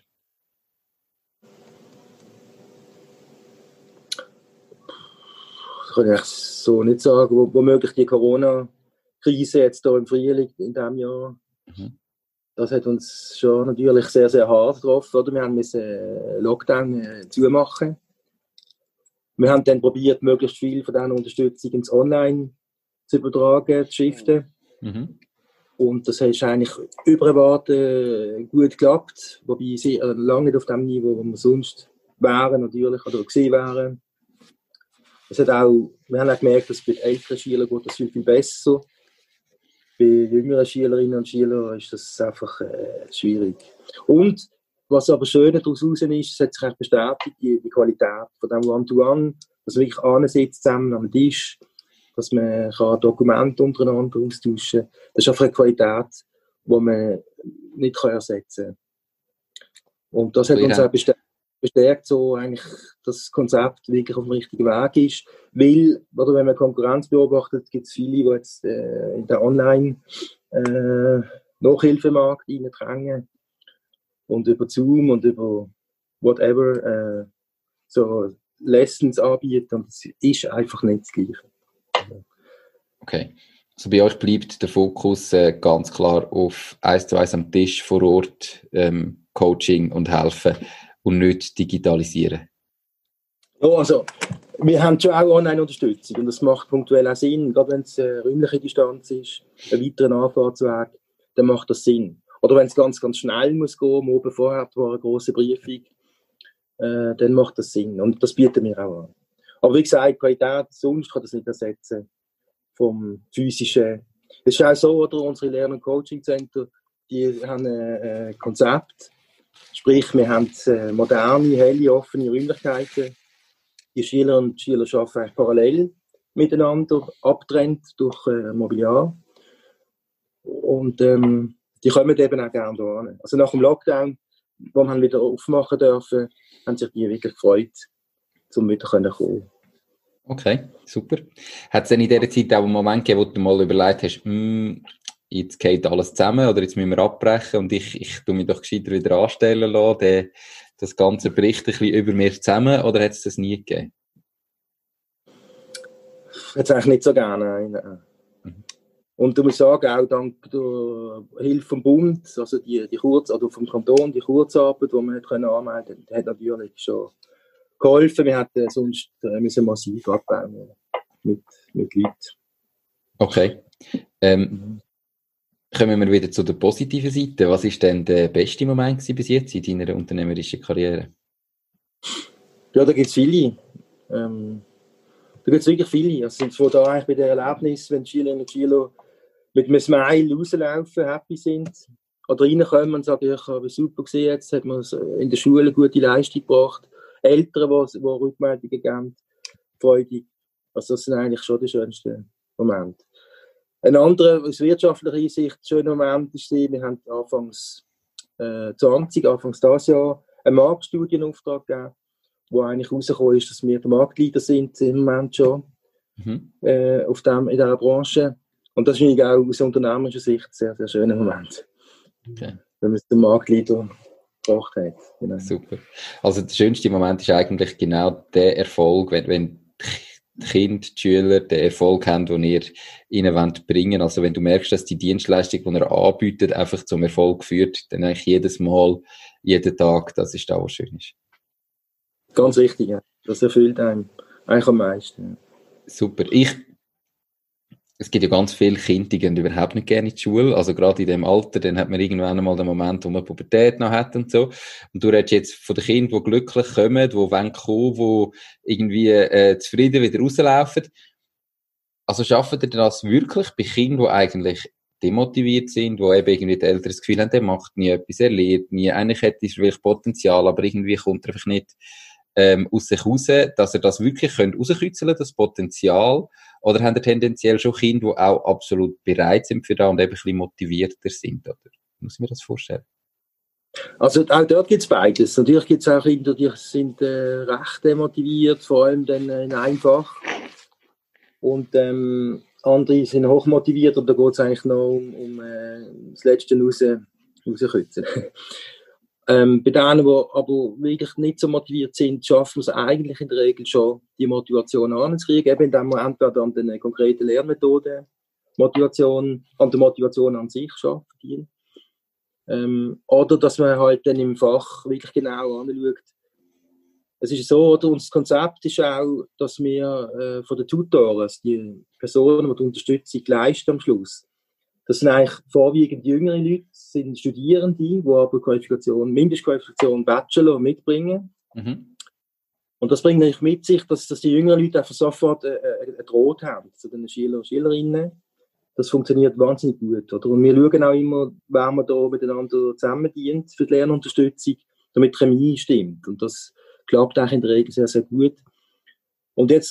Das kann ich so nicht sagen. Wo, womöglich die Corona-Krise jetzt hier im Frühling in diesem Jahr. Mhm. Das hat uns schon natürlich sehr, sehr hart getroffen. Oder? Wir haben müssen Lockdown äh, zumachen. Wir haben dann probiert, möglichst viel von dieser Unterstützung ins Online zu übertragen, zu shiften. Mhm. Und das hat eigentlich über Erwarten gut geklappt, wobei sie lange nicht auf dem Niveau, wo wir sonst wären, natürlich, oder gesehen wären. Es hat auch, wir haben auch gemerkt, dass bei älteren Schülern geht das viel, viel besser. Bei jüngeren Schülerinnen und Schülern ist das einfach äh, schwierig. Und was aber schön daraus ist, es hat sich eigentlich bestätigt, die, die Qualität von dem One-to-One, dass man wirklich ansitzt zusammen am Tisch dass man kann Dokumente untereinander austauschen kann. Das ist einfach eine Qualität, die man nicht ersetzen kann. Und das hat uns auch bestärkt, bestärkt, so eigentlich das Konzept wirklich auf dem richtigen Weg ist. Weil, oder wenn man Konkurrenz beobachtet, gibt es viele, die jetzt äh, in den Online-Nachhilfemarkt äh, reindrängen und über Zoom und über whatever äh, so Lessons anbieten. Und das ist einfach nicht das Gleiche. Okay. Also bei euch bleibt der Fokus äh, ganz klar auf eins zu eins am Tisch vor Ort, ähm, Coaching und helfen und nicht digitalisieren. Ja, also wir haben schon auch Online-Unterstützung und das macht punktuell auch Sinn, gerade wenn es eine räumliche Distanz ist, ein weiterer Anfahrtsweg, dann macht das Sinn. Oder wenn es ganz, ganz schnell muss gehen, oben vorher war eine grosse Briefung, äh, dann macht das Sinn und das bieten wir auch an. Aber wie gesagt, Qualität sonst kann das nicht ersetzen vom physischen. Es ist auch so, oder, unsere Lern- und Coaching-Center, die haben ein, ein Konzept, sprich, wir haben äh, moderne, helle, offene Räumlichkeiten. Die Schüler und Schüler arbeiten parallel miteinander, abgetrennt durch äh, Mobiliar. Und ähm, die kommen eben auch gerne hierhin. Also nach dem Lockdown, wo wir wieder aufmachen dürfen, haben sich die wirklich gefreut, um wieder zu kommen. Okay, super. Hat es denn in dieser Zeit auch einen Moment gegeben, wo du mal überlegt hast, hm, jetzt geht alles zusammen oder jetzt müssen wir abbrechen und ich, ich tue mich doch gescheiter wieder anstellen lassen, der, das Ganze bricht ein bisschen über mir zusammen, oder hat es das nie gegeben? Jetzt eigentlich nicht so gerne. Nein. Mhm. Und ich muss sagen, auch dank der Hilfe vom Bund, also die, die Kurz, oder vom Kanton, die Kurzarbeit, die man können anmelden konnte, hat natürlich schon geholfen. Wir hätten sonst äh, müssen massiv abbauen mit, mit Leuten. Okay. Ähm, kommen wir wieder zu der positiven Seite. Was war denn der beste Moment bis jetzt in deiner unternehmerischen Karriere? Ja, da gibt es viele. Ähm, da gibt es wirklich viele. Also von da eigentlich bei der Erlebnis, wenn die Schülerinnen und Schüler mit einem Smile rauslaufen, happy sind oder reinkommen und sagen, ich habe super gesehen, jetzt hat man in der Schule eine gute Leistung gebracht. Eltern, die, die Rückmeldungen geben, freudig. Also das sind eigentlich schon die schönsten Momente. Ein anderer, aus wirtschaftlicher Sicht, schöner Moment ist, wir haben anfangs äh, zwanzig, anfangs dieses Jahr, einen Marktstudienauftrag gegeben, wo eigentlich herausgekommen ist, dass wir der Marktleader sind im Moment schon mhm. äh, auf dem, in dieser Branche. Und das ist auch aus unternehmerischer Sicht ein sehr, sehr schöner Moment. Okay. Wenn man es den Marktleader gebracht hat. Genau. Super. Also der schönste Moment ist eigentlich genau der Erfolg, wenn, wenn die Kinder, die Schüler den Erfolg haben, den ihr ihnen wollt bringen. Also wenn du merkst, dass die Dienstleistung, die er anbietet, einfach zum Erfolg führt, dann eigentlich jedes Mal, jeden Tag, das ist das, was schön ist. Ganz richtig, ja. Das erfüllt einem eigentlich am meisten. Ja. Super. Ich, es gibt ja ganz viele Kinder, die gehen überhaupt nicht gerne in die Schule. Also gerade in dem Alter, dann hat man irgendwann einmal den Moment, wo man Pubertät noch hat und so. Und du redest jetzt von den Kindern, die glücklich kommen, die wollen kommen, die irgendwie äh, zufrieden wieder rauslaufen. Also schaffen ihr das wirklich bei Kindern, die eigentlich demotiviert sind, die eben irgendwie die Eltern das Gefühl haben, der macht nie etwas, er lernt nie. Eigentlich hätte er vielleicht Potenzial, aber irgendwie kommt er einfach nicht ähm, aus sich raus, dass er das wirklich könnt rauskitzeln, das Potenzial, oder haben ihr tendenziell schon Kinder, die auch absolut bereit sind für das und eben ein bisschen motivierter sind, oder? Muss ich mir das vorstellen? Also auch dort gibt es beides. Natürlich gibt es auch Kinder, die sind äh, recht demotiviert, vor allem dann äh, in einem Fach. Und ähm, andere sind hochmotiviert und da geht es eigentlich noch um, um äh, das Letzte raus, rauskitzeln. Ähm, bei denen, die aber wirklich nicht so motiviert sind, schaffen wir es eigentlich in der Regel schon, die Motivation anzukriegen, eben indem wir entweder an den konkreten Lernmethoden Motivation, an der Motivation an sich arbeiten. Ähm, oder dass man halt dann im Fach wirklich genau anschaut. Es ist so, oder unser Konzept ist auch, dass wir äh, von den Tutoren, also die Personen, die die Unterstützung leisten am Schluss, das sind eigentlich vorwiegend jüngere Leute, sind Studierende, die aber Qualifikation, Mindestqualifikation Bachelor mitbringen. Mhm. Und das bringt natürlich mit sich, dass, dass die jüngeren Leute einfach sofort äh, äh, einen Draht haben zu den Schülern und Schülerinnen. Das funktioniert wahnsinnig gut. Oder? Und wir schauen auch immer, wer man da miteinander zusammendient für die Lernunterstützung, damit die Chemie stimmt. Und das klappt auch in der Regel sehr, sehr gut. Und jetzt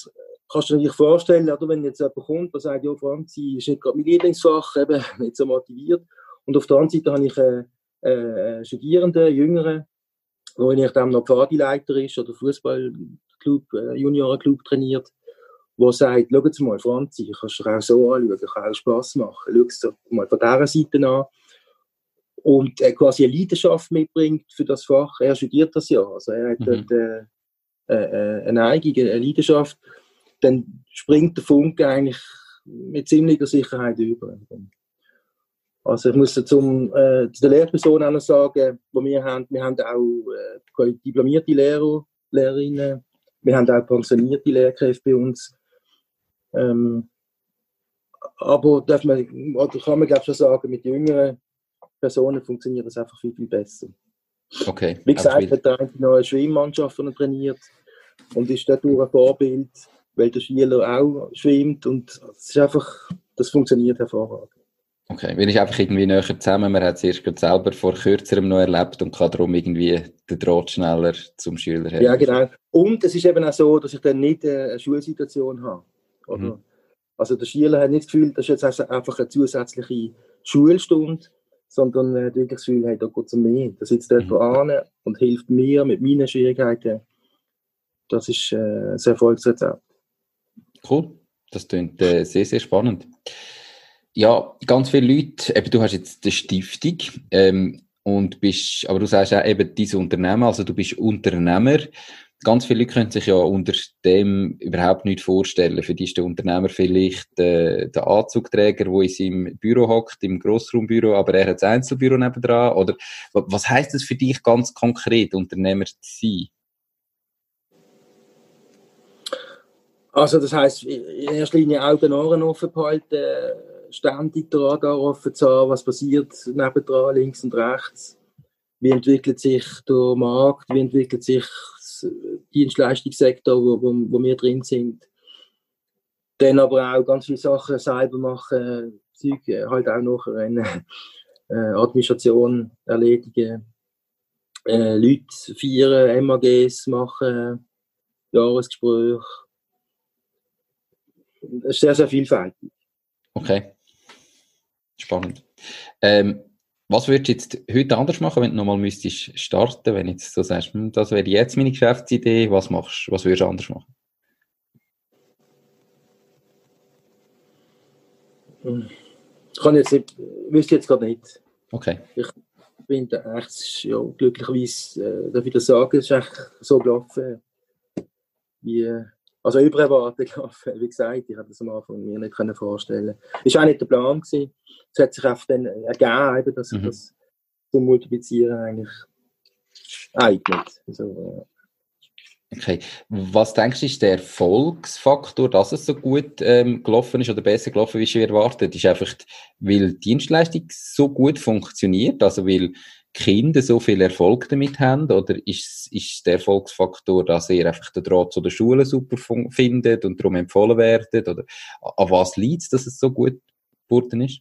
kannst du dir natürlich vorstellen, oder, wenn jetzt jemand kommt, der sagt, ja, Franzi ist nicht gerade mein Lieblingsfach, eben nicht so motiviert. Und auf der anderen Seite habe ich einen äh, Studierenden, Jüngeren, wo ich dann noch Pfadileiter ist oder Fußballclub, äh, Juniorenclub trainiert, der sagt, schau jetzt mal, Franzi, kannst du dich auch so anschauen, kann auch Spass machen. Schau es dir mal von dieser Seite an. Und er quasi eine Leidenschaft mitbringt für das Fach. Er studiert das ja, also er hat mhm. dort, äh, äh, eine Neigung, eine Leidenschaft. Dann springt der Funke eigentlich mit ziemlicher Sicherheit über. Also ich muss zum, äh, zu der Lehrperson auch noch sagen, wo wir haben, wir haben auch äh, diplomierte Lehrer, Lehrerinnen, wir haben auch pensionierte Lehrkräfte bei uns. Ähm, aber darf man, oder kann man glaube ich schon sagen, mit jüngeren Personen funktioniert das einfach viel, viel besser. Okay. Wie gesagt, hat der eine noch eine Schwimmmannschaft, die er trainiert und ist dadurch ein Vorbild, weil der Schüler auch schwimmt und es ist einfach, das funktioniert hervorragend. Okay, wir sind einfach irgendwie näher zusammen, man hat es erst gerade selber vor kürzerem noch erlebt und kann darum irgendwie den Draht schneller zum Schüler helfen. Ja, genau. Und es ist eben auch so, dass ich dann nicht eine Schulsituation habe. Oder? Mhm. Also der Schüler hat nicht das Gefühl, das ist jetzt einfach eine zusätzliche Schulstunde, sondern er hat wirklich das Gefühl, hey, da geht es um mich. Da sitzt jemand mhm. an und hilft mir mit meinen Schwierigkeiten. Das ist äh, ein Erfolgsrezept. Cool, das klingt äh, sehr, sehr spannend. Ja, ganz viele Leute, eben, du hast jetzt eine Stiftung, ähm, und bist, aber du sagst auch eben diese Unternehmer, also du bist Unternehmer. Ganz viele Leute können sich ja unter dem überhaupt nicht vorstellen. Für die ist der Unternehmer vielleicht äh, der Anzugträger, der in seinem Büro hockt, im Grossraumbüro, aber er hat das Einzelbüro nebendran. Oder was heisst das für dich ganz konkret, Unternehmer zu sein? Also das heisst, in erster Linie Augen und Ohren offen behalten, ständig den Radar offen zu haben, was passiert nebendran, links und rechts. Wie entwickelt sich der Markt, wie entwickelt sich der Dienstleistungssektor, wo, wo, wo wir drin sind. Dann aber auch ganz viele Sachen selber machen, Zeug halt auch nachher eine äh, Administration erledigen, äh, Leute feiern, M A Gs machen, Jahresgespräche. Es ist sehr, sehr vielfältig. Okay. Spannend. Ähm, was würdest du jetzt heute anders machen, wenn du nochmal müsstest starten, wenn du jetzt so sagst, hm, das wäre jetzt meine Geschäftsidee, was machst, was würdest du anders machen? Ich kann jetzt nicht, wüsste jetzt gerade nicht. Okay. Ich bin da echt, ja, glücklicherweise, äh, darf ich das sagen, es ist echt so gelaufen, wie, also über Erwartung gelaufen. Wie gesagt, ich hätte das am Anfang mir nicht vorstellen können. Es war auch nicht der Plan gewesen. Es hat sich einfach dann ergeben, dass sich mhm. das zum Multiplizieren eigentlich eignet. Also, okay. Was denkst du, ist der Erfolgsfaktor, dass es so gut ähm, gelaufen ist oder besser gelaufen ist, wie erwartet? Ist einfach, weil die Dienstleistung so gut funktioniert, also weil Kinder so viel Erfolg damit haben, oder ist, ist der Erfolgsfaktor, dass ihr einfach den Draht zu der Schule super fun- findet und darum empfohlen werdet, oder an was liegt es, dass es so gut geworden ist?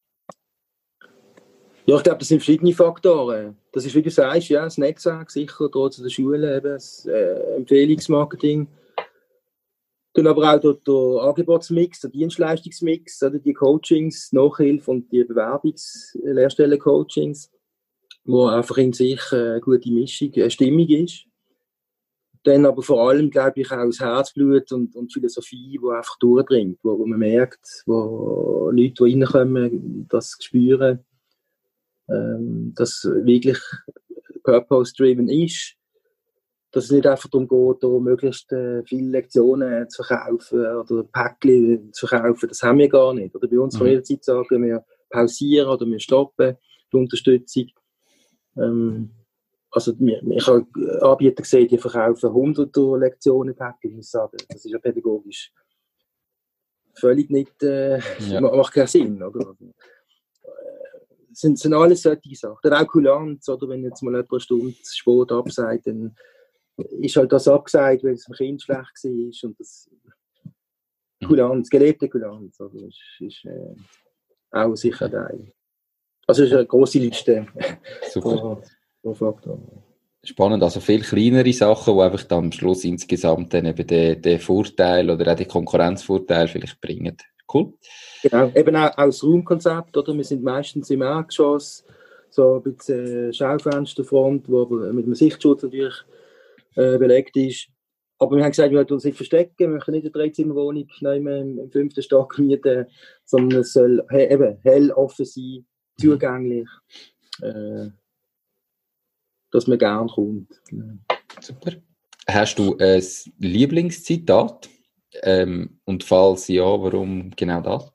Ja, ich glaube, das sind verschiedene Faktoren. Das ist, wie du sagst, ja, das Netzwerk sicher, Draht zu der Schule, eben, das äh, Empfehlungsmarketing. Dann aber auch der, der Angebotsmix, der Dienstleistungsmix, oder die Coachings, Nachhilfe und die Bewerbungs-Lehrstellen-Coachings, wo einfach in sich eine gute Mischung, eine Stimmung ist. Dann aber vor allem, glaube ich, auch das Herzblut und, und Philosophie, die einfach durchdringt, wo, wo man merkt, wo Leute, die reinkommen, das spüren, ähm, dass wirklich purpose-driven ist, dass es nicht einfach darum geht, da möglichst äh, viele Lektionen zu verkaufen oder Päckchen zu verkaufen, das haben wir gar nicht. Oder bei uns mhm. kann jederzeit sagen, wir pausieren oder wir stoppen die Unterstützung. Ähm, also ich habe Anbieter gesehen, die verkaufen hunderte Lektionen Päckchen. Ich muss sagen, das ist ja pädagogisch völlig nicht, äh, ja. macht keinen Sinn. Oder? Das sind, sind alles solche Sachen. Dann auch Kulanz, oder wenn jetzt mal eine Stunde Sport absagt, dann ist halt das abgesagt, weil es dem Kind schlecht war. Und das Kulanz, gelebte Kulanz, also ist, ist äh, auch sicher ein Teil. Also es ist eine grosse Liste von, von Faktoren. Spannend, also viel kleinere Sachen, die einfach dann am Schluss insgesamt dann eben den, den Vorteil oder auch den Konkurrenzvorteil vielleicht bringen. Cool. Genau, eben auch, auch das Raumkonzept, oder? Wir sind meistens im Erdgeschoss, so ein bisschen Schaufensterfront, wo aber mit einem Sichtschutz natürlich äh, belegt ist. Aber wir haben gesagt, wir wollen uns nicht verstecken, wir möchten nicht eine Dreizimmerwohnung im, im fünften Stock mieten, sondern es soll he, eben hell, offen sein, zugänglich, äh, dass man gerne kommt. Genau. Super. Hast du ein Lieblingszitat? Ähm, und falls ja, warum genau das?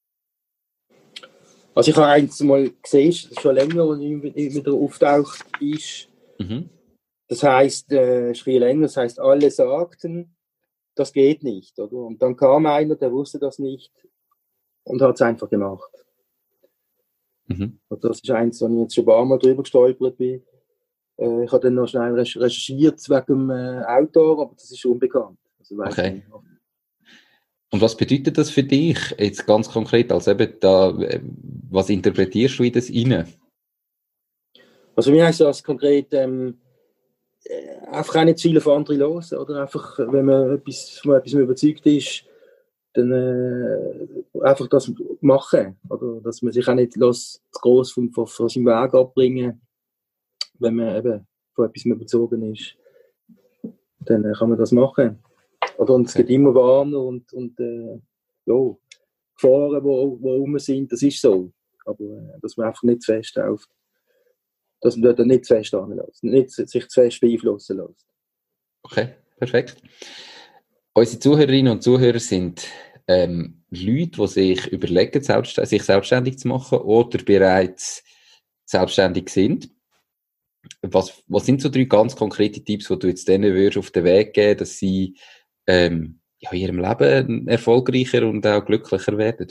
Also ich habe eins mal gesehen, das ist schon länger, und wieder auftaucht ist. Mhm. Das heisst, äh, ist viel länger, das heisst, alle sagten, das geht nicht, oder? Und dann kam einer, der wusste das nicht und hat es einfach gemacht. Mhm. Und das ist eins, wo ich jetzt schon ein paar Mal drüber gestolpert bin. Äh, ich habe dann noch schnell recherchiert wegen dem äh, Autor, aber das ist unbekannt. Also, Okay. Nicht. Und was bedeutet das für dich jetzt ganz konkret? Also eben da, was interpretierst du in das rein? Also für mich heisst das konkret, ähm, einfach auch nicht zu viel auf andere hören, oder einfach, wenn man etwas, von etwas überzeugt ist, dann äh, einfach das machen, oder dass man sich auch nicht lässt, zu gross von, von, von seinem Weg abbringen, wenn man eben von etwas überzogen ist, dann äh, kann man das machen. Oder, und es Okay. geht immer warnen und, und äh, ja, Gefahren, die wo, wo rum sind, das ist so. Aber äh, dass man einfach nicht zu fest auf, dass man dort nicht zu fest anlässt, nicht sich zu fest beeinflussen lässt. Okay, perfekt. Unsere Zuhörerinnen und Zuhörer sind ähm, Leute, die sich überlegen, selbst, sich selbstständig zu machen oder bereits selbstständig sind. Was, was sind so drei ganz konkrete Tipps, die du jetzt denen würdest auf den Weg geben, dass sie ähm, ja, in ihrem Leben erfolgreicher und auch glücklicher werden?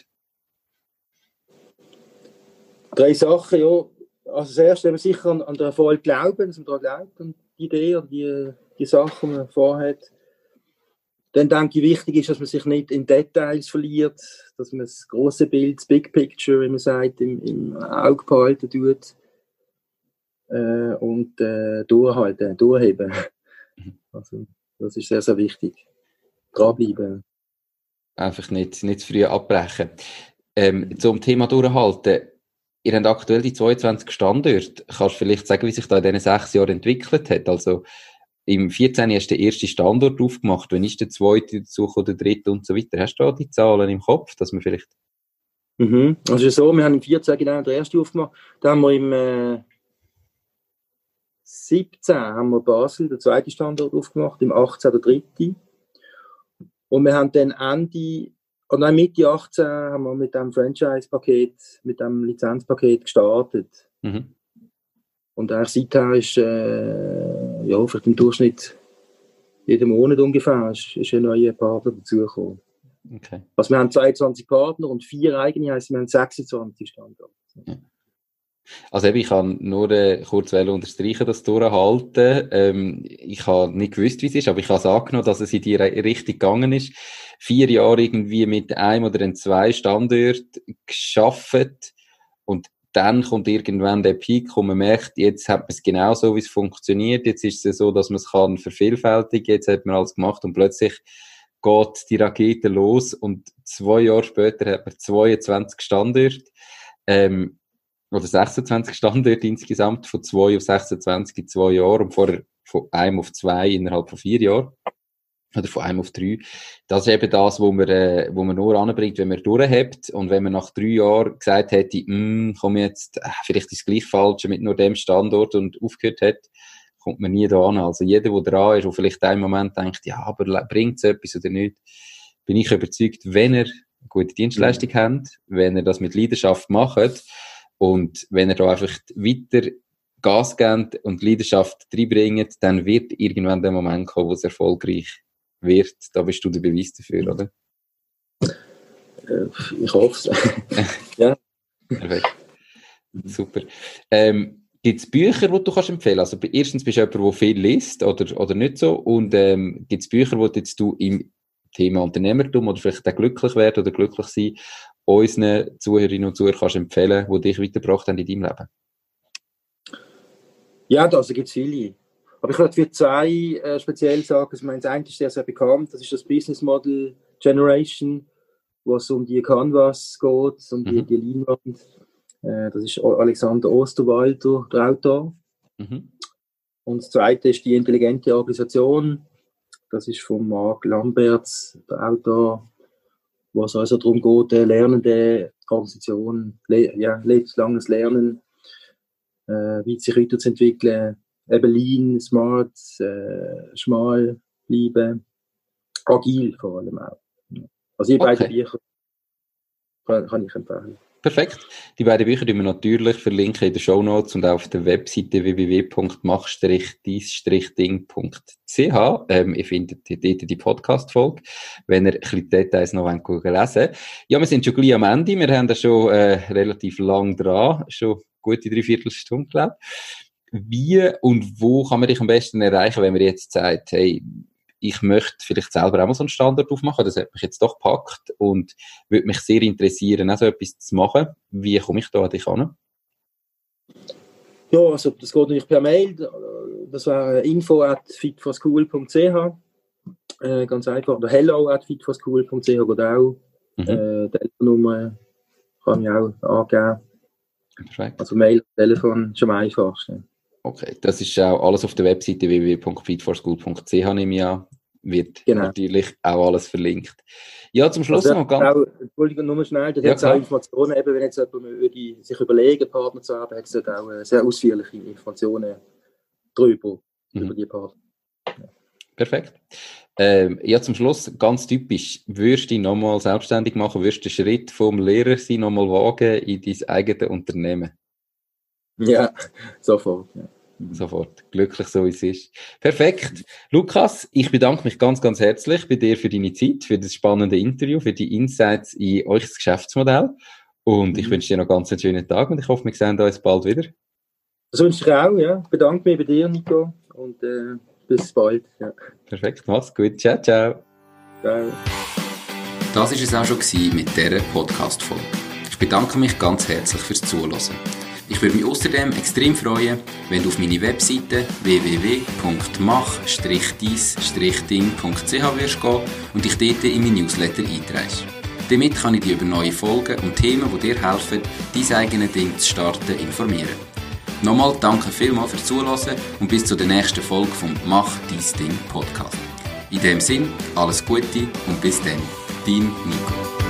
Drei Sachen, ja. Also das erste, eben sicher an, an den Erfolg glauben, dass man daran glaubt, an die Idee oder die, die Sachen, die man vorhat. Dann denke ich, wichtig ist, dass man sich nicht in Details verliert, dass man das große Bild, das Big Picture, wie man sagt, im, im Auge behalten tut äh, und äh, durchhalten, durchheben. Also das ist sehr, sehr wichtig. Dranbleiben. Einfach nicht, nicht zu früh abbrechen. Ähm, zum Thema durchhalten. Ihr habt aktuell die zweiundzwanzig Standorte. Kannst du vielleicht sagen, wie sich da in diesen sechs Jahren entwickelt hat? Also im vierzehn hast du den ersten Standort aufgemacht. Wann ist der zweite dazu gekommen, der dritte und so weiter? Hast du da die Zahlen im Kopf, dass man vielleicht... Mhm. Also so, wir haben im vierzehn genau den ersten aufgemacht. Dann haben wir im äh, siebzehn haben wir Basel, den zweiten Standort aufgemacht, im achtzehn der dritte. Und wir haben dann Ende, oder nein, Mitte achtzehn haben wir mit dem Franchise-Paket, mit dem Lizenzpaket gestartet. Mhm. Und eigentlich seither ist, äh, ja, vielleicht im Durchschnitt jeden Monat ungefähr, ist, ist ein neuer Partner dazugekommen. Okay. Also wir haben zweiundzwanzig Partner und vier eigene, heisst wir haben sechsundzwanzig Standorte. Ja. Also eben, ich kann nur äh, kurz unterstreichen, das Durchhalten. Ähm, ich habe nicht gewusst, wie es ist, aber ich habe es angenommen, dass es in die Richtung gegangen ist. Vier Jahre irgendwie mit einem oder den zwei Standorten geschafft und dann kommt irgendwann der Peak, wo man merkt, jetzt hat man es genau so, wie es funktioniert. Jetzt ist es so, dass man es kann vervielfältigen. Jetzt hat man alles gemacht und plötzlich geht die Rakete los und zwei Jahre später hat man zweiundzwanzig Standorte. Ähm, oder sechsundzwanzig Standorte insgesamt, von zwei auf sechsundzwanzig in zwei Jahren und vorher von einem auf zwei innerhalb von vier Jahren. Oder von einem auf drei. Das ist eben das, wo man, äh, wo man nur anbringt, wenn man durchhebt. Und wenn man nach drei Jahren gesagt hätte, hm, komm jetzt, äh, vielleicht ist es gleich falsch mit nur dem Standort und aufgehört hat, kommt man nie da an. Also jeder, der dran ist, der vielleicht einen Moment denkt, ja, aber bringt es etwas oder nicht, bin ich überzeugt, wenn er eine gute Dienstleistung mhm. hat, wenn er das mit Leidenschaft macht, und wenn er da einfach weiter Gas gibt und Leidenschaft reinbringt, dann wird irgendwann der Moment kommen, wo es erfolgreich wird. Da bist du der Beweis dafür, oder? Ich hoffe es. Ja. Perfekt. Super. Ähm, gibt es Bücher, die du kannst empfehlen kannst? Also erstens bist du jemand, der viel liest oder, oder nicht so. Und ähm, gibt es Bücher, die jetzt du im Thema Unternehmertum oder vielleicht auch glücklich werden oder glücklich sein, unseren Zuhörerinnen und Zuhörern kannst empfehlen, die dich weitergebracht haben in deinem Leben? Ja, da also gibt es viele. Aber ich würde für zwei äh, speziell sagen, also, das eine ist sehr, sehr bekannt, das ist das Business Model Generation, wo es um die Canvas geht, um die, mhm. die Leinwand. Äh, das ist Alexander Osterwalder, der Autor. Mhm. Und das zweite ist die intelligente Organisation. Das ist von Marc Lamberts, der Autor, wo es also darum geht, eine lernende Organisation, le- ja, lebenslanges Lernen, äh, wie sich weiterzuentwickeln, eben lean, smart, äh, schmal bleiben, agil vor allem auch. Also die okay. beiden Bücher kann, kann ich empfehlen. Perfekt. Die beiden Bücher die wir natürlich verlinken in den Shownotes und auch auf der Webseite w w w punkt mach dies ding punkt c h. Ähm, ihr findet dort die Podcast-Folge, wenn ihr ein bisschen Details noch lesen wollt. Ja, wir sind schon gleich am Ende. Wir haben da schon äh, relativ lang dran, schon gute Dreiviertelstunde, glaube ich. Wie und wo kann man dich am besten erreichen, wenn man jetzt sagt, hey, ich möchte vielleicht selber auch mal so einen Standard aufmachen, das hat mich jetzt doch gepackt und würde mich sehr interessieren, auch so etwas zu machen. Wie komme ich da an dich an? Ja, also das geht natürlich per Mail, das wäre info at fit for school punkt c h, äh, ganz einfach, oder hello at fit for school punkt c h geht auch, mhm. äh, Telefonnummer kann ich auch angeben. Perfekt. Also Mail, Telefon, schon am einfachsten. Okay, das ist auch alles auf der Webseite w w w punkt fit for school punkt c h, nehme ich an. Wird genau. natürlich auch alles verlinkt. Ja, zum Schluss also, noch ganz... Auch, Entschuldigung, nur schnell, da ja, hat es auch Informationen, eben, wenn jetzt jemand würde sich überlegen, Partner zu haben, hat es dort auch sehr ausführliche Informationen drüber, mhm. über die Partner. Ja. Perfekt. Ähm, ja, zum Schluss, ganz typisch, würdest du dich nochmal selbstständig machen, würdest du den Schritt vom Lehrer sein nochmal wagen in dein eigenes Unternehmen? Ja, sofort. Ja. Sofort. Glücklich, so wie es ist. Perfekt. Lukas, ich bedanke mich ganz, ganz herzlich bei dir für deine Zeit, für das spannende Interview, für die Insights in euch Geschäftsmodell. Und ich mhm. wünsche dir noch ganz einen schönen Tag und ich hoffe, wir sehen uns bald wieder. Das wünsche ich auch, ja. Ich bedanke mich bei dir, Nico. Und äh, bis bald. Ja. Perfekt, mach's gut. Ciao, ciao. Ciao. Das war es auch schon mit dieser Podcast-Folge. Ich bedanke mich ganz herzlich fürs Zuhören. Ich würde mich außerdem extrem freuen, wenn du auf meine Webseite w w w punkt mach dies ding punkt c h wirst gehen und dich dort in mein Newsletter einträgst. Damit kann ich dich über neue Folgen und Themen, die dir helfen, dein eigenes Ding zu starten, informieren. Nochmal danke vielmals fürs Zuhören und bis zur nächsten Folge vom Mach dies Ding Podcast. In dem Sinn, alles Gute und bis dann, dein Nico.